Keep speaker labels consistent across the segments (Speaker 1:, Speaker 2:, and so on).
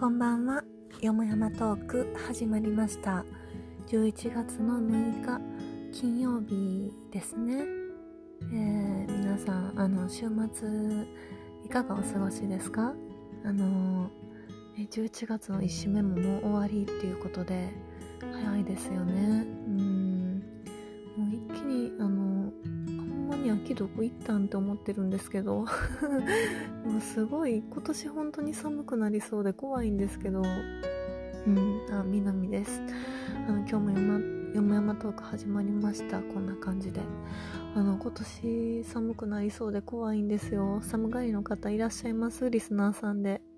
Speaker 1: こんばんは。よもやまトーク始まりました。11月の6日金曜日ですね。皆さん週末いかがお過ごしですか？11月の1週目ももう終わりっていうことで早いですよね。もう一気にほんまに秋どこ行ったんって思ってるんですけどもうすごい今年本当に寒くなりそうで怖いんですけど、みなみです。今日もよもやまトーク始まりました。こんな感じで今年寒くなりそうで怖いんですよ。寒がりの方いらっしゃいます？リスナーさんで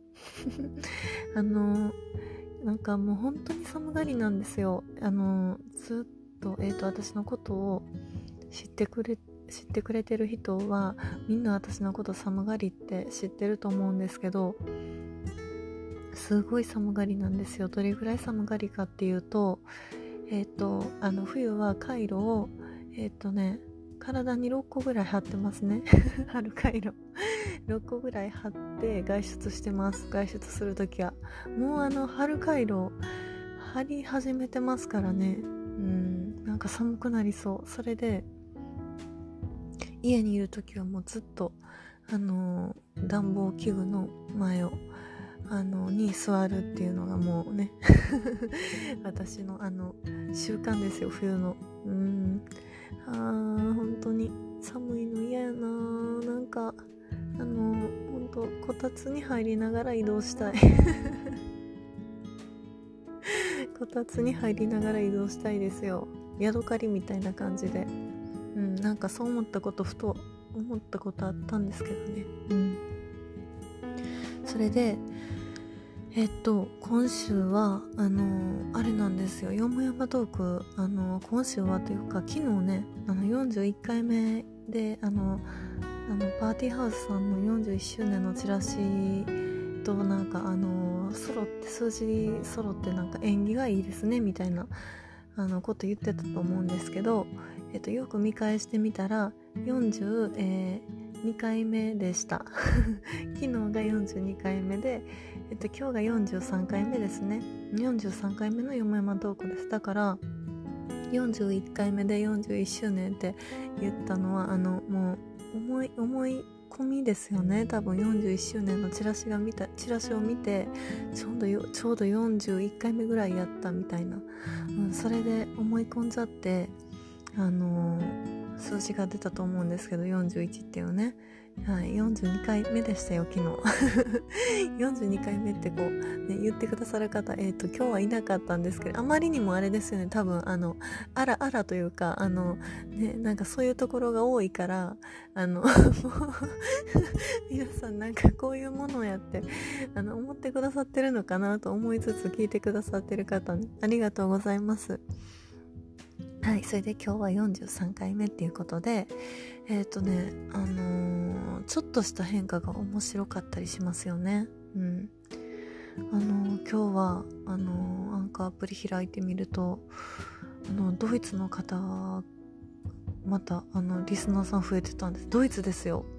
Speaker 1: なんかもう本当に寒がりなんですよ。ずっと私のことを知ってくれてる人はみんな私のこと寒がりって知ってると思うんですけど、すごい寒がりなんですよ。どれぐらい寒がりかっていうと、冬はカイロを体に6個ぐらい貼ってますね春カイロ6個ぐらい貼って外出してます。外出するときはもう春カイロ貼り始めてますからね。なんか寒くなりそう。それで家にいるときはもうずっと暖房器具の前をに座るっていうのがもうね私の習慣ですよ。冬の本当に寒いの嫌やな。なんか本当こたつに入りながら移動したいこたつに入りながら移動したいですよ。ヤドカリみたいな感じで。なんかそう思ったことふと思ったことあったんですけどね。それで今週はあれなんですよ。よもやまトーク今週はというか昨日ね41回目でパーティーハウスさんの41周年のチラシとなんか揃って数字揃ってなんか縁起がいいですねみたいなこと言ってたと思うんですけど、よく見返してみたら42回目でした昨日が42回目で、今日が43回目ですね。43回目のよもやまトークです。だから41回目で41周年って言ったのはもう思い込みですよね。多分41周年のチラシを見てちょうど41回目ぐらいやったみたいな、それで思い込んじゃって数字が出たと思うんですけど41っていうね、42回目でしたよ昨日42回目ってこう、ね、言ってくださる方、今日はいなかったんですけど、あまりにもあれですよね。多分あらというかなんかそういうところが多いからもう皆さんなんかこういうものをやって思ってくださってるのかなと思いつつ聞いてくださってる方、ね、ありがとうございます。はい、それで今日は43回目っていうことでちょっとした変化が面白かったりしますよね。今日はアンカーアプリ開いてみるとドイツの方またリスナーさん増えてたんです。ドイツですよ。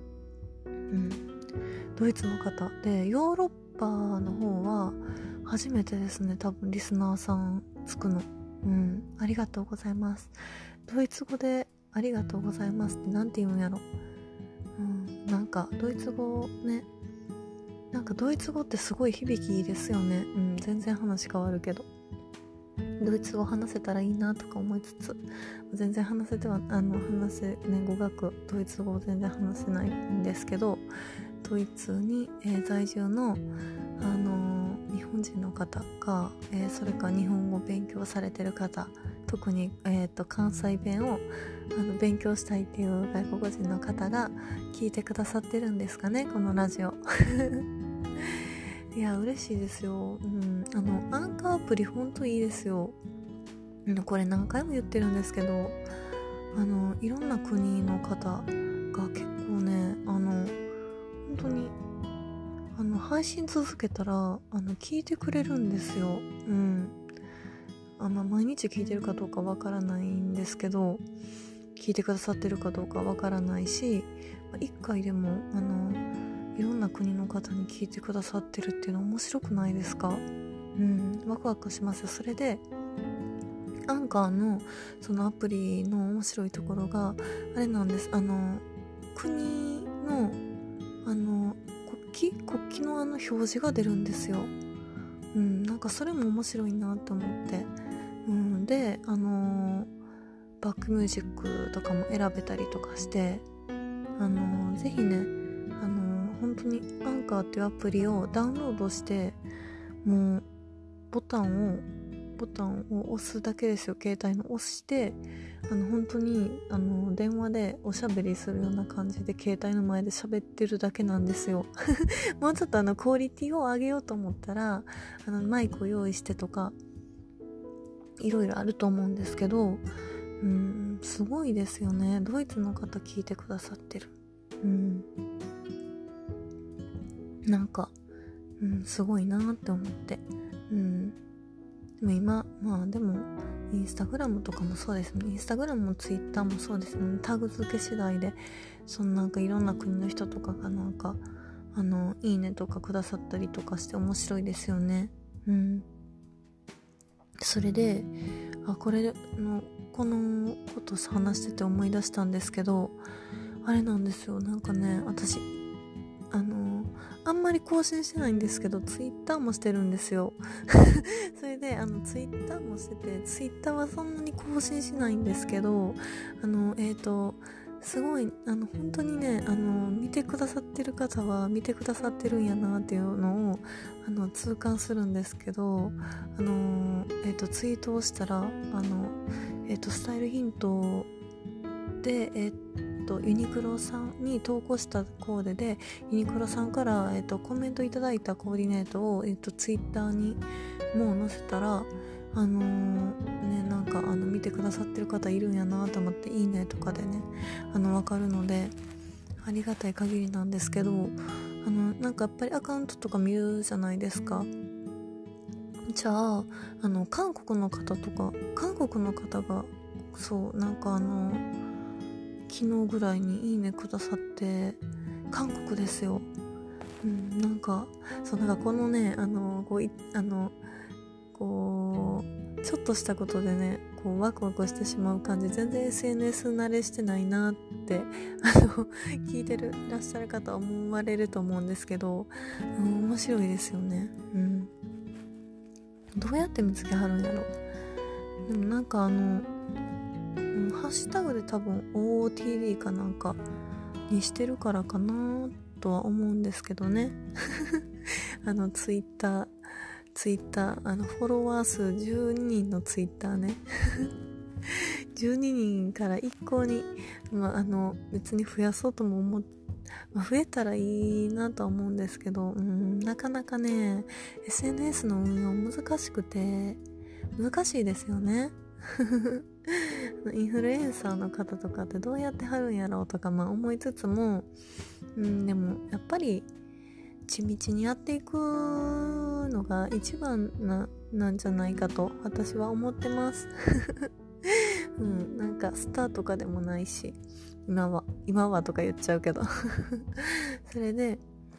Speaker 1: ドイツの方でヨーロッパの方は初めてですね。多分リスナーさんつくの。ありがとうございます。ドイツ語でありがとうございますってなんて言うんやろ。なんかドイツ語ね、なんかドイツ語ってすごい響きいいですよね。全然話変わるけどドイツ語話せたらいいなとか思いつつ全然話せね語学ドイツ語全然話せないんですけど、ドイツに、在住の日本人の方が、それから日本語を勉強されてる方、特に、関西弁を勉強したいっていう外国人の方が聞いてくださってるんですかね、このラジオいや嬉しいですよ。アンカーアプリほんといいですよ。これ何回も言ってるんですけどいろんな国の方が結構ね本当に配信続けたら聞いてくれるんですよ。毎日聞いてるかどうかわからないんですけど、聞いてくださってるかどうかわからないし、1回でもいろんな国の方に聞いてくださってるっていうのは面白くないですか？ワクワクしますよ。それでアンカーのそのアプリの面白いところがあれなんです。国の国旗の表示が出るんですよ。なんかそれも面白いなと思って、でバックミュージックとかも選べたりとかして、ぜひね本当にアンカーっていうアプリをダウンロードして、もうボタンを押すだけですよ。携帯の押して本当に電話でおしゃべりするような感じで携帯の前で喋ってるだけなんですよ。もうちょっとクオリティを上げようと思ったらマイクを用意してとかいろいろあると思うんですけど、すごいですよね。ドイツの方聞いてくださってる。なんか、すごいなって思って。でも今でもインスタグラムとかもそうですね。インスタグラムもツイッターもそうですね。タグ付け次第でなんかいろんな国の人とかがなんかいいねとかくださったりとかして面白いですよね。それでこのこと話してて思い出したんですけど、あれなんですよ。なんかね、私あんまり更新してないんですけどツイッターもしてるんですよ。それでツイッターもしてて、ツイッターはそんなに更新しないんですけどすごい本当にね見てくださってる方は見てくださってるんやなっていうのを痛感するんですけど、ツイートをしたらスタイルヒントでユニクロさんに投稿したコーデでユニクロさんから、コメントいただいたコーディネートを、ツイッターにもう載せたらなんか見てくださってる方いるんやなと思って、いいねとかでね分かるのでありがたい限りなんですけど、なんかやっぱりアカウントとか見るじゃないですか。じゃあ韓国の方がそうなんか昨日ぐらいにいいねくださって、韓国ですよ。なんかこのねちょっとしたことでねワクワクしてしまう感じ、全然 SNS 慣れしてないなって聞いてらっしゃる方は思われると思うんですけど、面白いですよね。どうやって見つけはるんやろ。でもなんかハッシュタグで多分 OOTD かなんかにしてるからかなとは思うんですけどね。ツイッターフォロワー数12人のツイッターね。12人から一向に別に増やそうとも増えたらいいなとは思うんですけど、なかなかね SNS の運用難しくて難しいですよね。インフルエンサーの方とかってどうやってはるんやろうとか思いつつも、でもやっぱり地道にやっていくのが一番なんじゃないかと私は思ってます。なんかスターとかでもないし今はとか言っちゃうけどそれで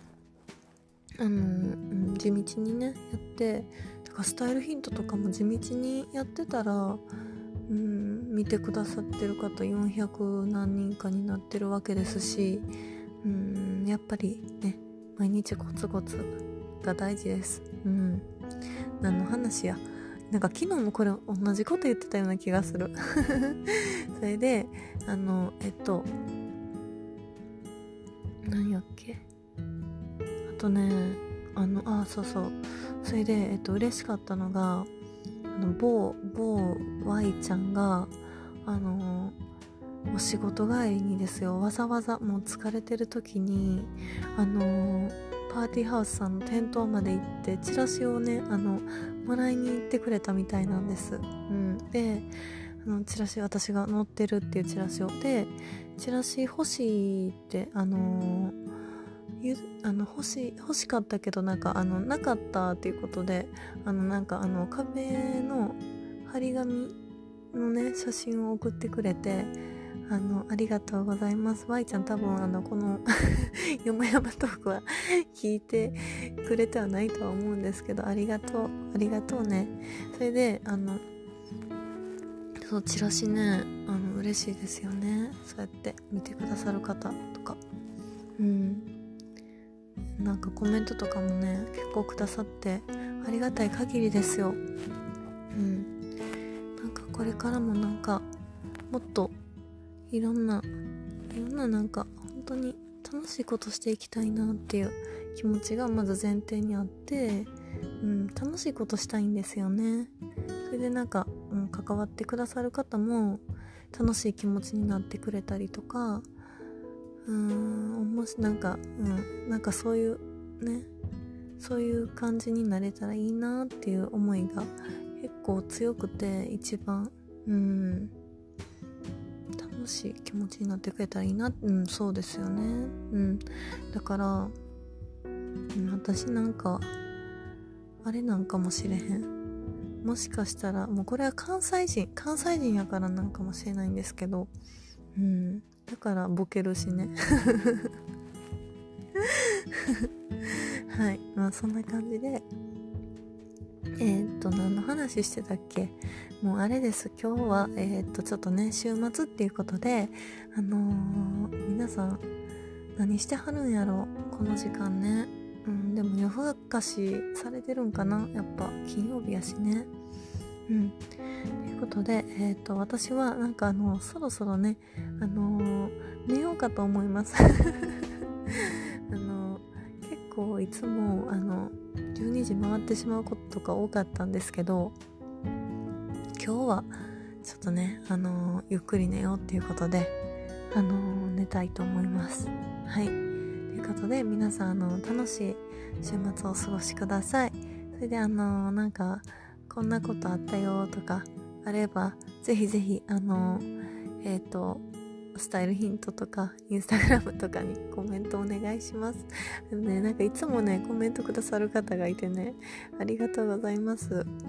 Speaker 1: 地道にねやって、だからスタイルヒントとかも地道にやってたら見てくださってる方400何人かになってるわけですし、やっぱりね毎日コツコツが大事です。何の話や、なんか昨日もこれ同じこと言ってたような気がする。それで何やっけ、あとねそうそれで嬉しかったのが某 Y ちゃんがお仕事帰りにですよ、わざわざもう疲れてる時にパーティーハウスさんの店頭まで行ってチラシをねもらいに行ってくれたみたいなんです。でチラシ、私が載ってるっていうチラシをで、チラシ欲しいって欲しかったけどなかったっていうことで壁の張り紙のね写真を送ってくれて、 ありがとうございます。Y ちゃん多分このよもやまトークは聞いてくれてはないとは思うんですけど、ありがとうね。それでそうチラシね嬉しいですよね。そうやって見てくださる方とか、なんかコメントとかもね結構くださってありがたい限りですよ。なんかこれからもなんかもっといろんななんか本当に楽しいことしていきたいなっていう気持ちがまず前提にあって、楽しいことしたいんですよね。それでなんか、関わってくださる方も楽しい気持ちになってくれたりとか、もしなんかそういうねそういう感じになれたらいいなっていう思いが結構強くて、一番楽しい気持ちになってくれたらいいな。そうですよね。だから、私なんかあれなんかもしれへん。もしかしたらもうこれは関西人やからなんかもしれないんですけど、だからボケるしねはい、そんな感じで何の話してたっけ。もうあれです。今日はちょっとね週末っていうことで皆さん何してはるんやろこの時間ね。でも夜更かしされてるんかな、やっぱ金曜日やしね。ということで私はなんかそろそろね寝ようかと思います結構いつも12時回ってしまうこととか多かったんですけど、今日はちょっとねゆっくり寝ようっていうことで寝たいと思います。はい、ということで皆さん楽しい週末をお過ごしください。それでなんかこんなことあったよとかあればぜひぜひスタイルヒントとかインスタグラムとかにコメントお願いします。でもね、なんかいつもねコメントくださる方がいてね、ありがとうございます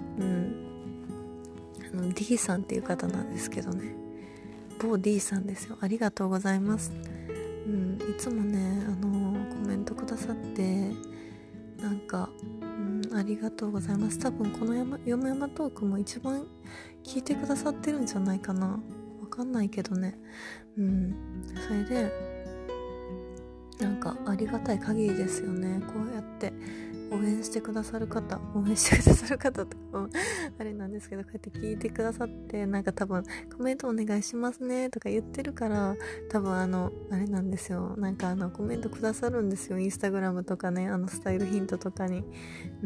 Speaker 1: 。D さんっていう方なんですけどね、某 D さんですよ。ありがとうございます。いつもねコメントくださってなんかありがとうございます。多分このよもやまトークも一番聞いてくださってるんじゃないかな、わかんないけどね。それでなんかありがたい限りですよね。こうやって応援してくださる方とかあれなんですけど、こうやって聞いてくださってなんか多分コメントお願いしますねとか言ってるから、多分あれなんですよ、なんかコメントくださるんですよ、インスタグラムとかねスタイルヒントとかに。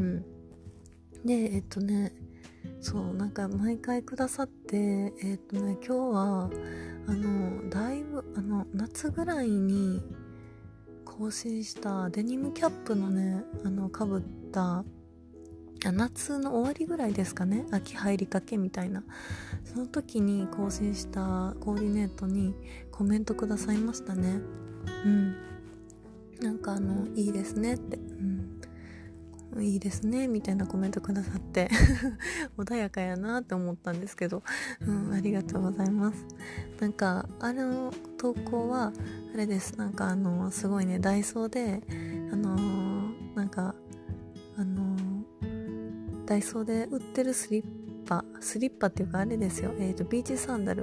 Speaker 1: でそうなんか毎回くださって今日はだいぶ夏ぐらいに更新したデニムキャップのねかぶった夏の終わりぐらいですかね、秋入りかけみたいな、その時に更新したコーディネートにコメントくださいましたね。なんかいいですねって、いいですねみたいなコメントくださって穏やかやなって思ったんですけど、ありがとうございます。なんか投稿はあれです。なんかすごいねダイソーでなんかダイソーで売ってるスリッパっていうかあれですよ、ビーチサンダル、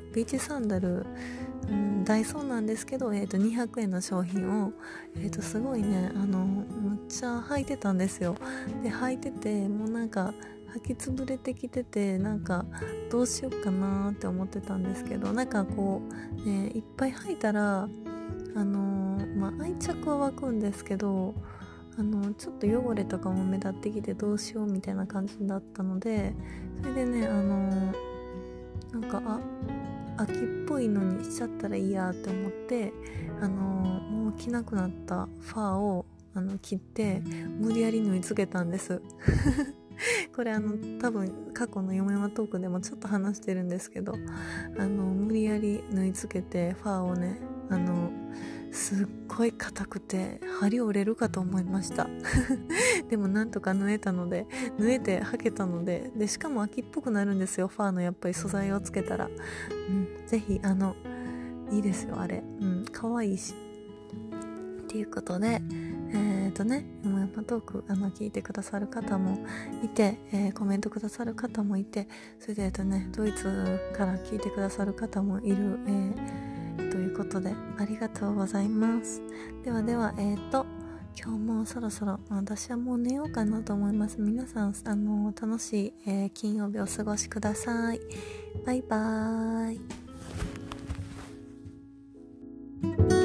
Speaker 1: ダイソーなんですけど、200円の商品を、すごいねむっちゃ履いてたんですよ。で履いててもうなんか履きつぶれてきてて、なんかどうしようかなって思ってたんですけど、なんかこうねいっぱい履いたら愛着は湧くんですけどちょっと汚れとかも目立ってきてどうしようみたいな感じだったので、それでねなんか秋っぽいのにしちゃったらいいやって思ってもう着なくなったファーを切って無理やり縫い付けたんですこれ多分過去のよもやまトークでもちょっと話してるんですけど無理やり縫い付けてファーをねすっごい硬くて針折れるかと思いましたでもなんとか縫えて履けたので、しかも秋っぽくなるんですよ、ファーのやっぱり素材をつけたら。ぜひいいですよあれ。可愛いし。っていうことでよもやまトーク聞いてくださる方もいて、コメントくださる方もいて、それでドイツから聞いてくださる方もいる、ということでありがとうございます。ではでは今日もそろそろ私はもう寝ようかなと思います。皆さん楽しい、金曜日をお過ごしください。バイバーイ。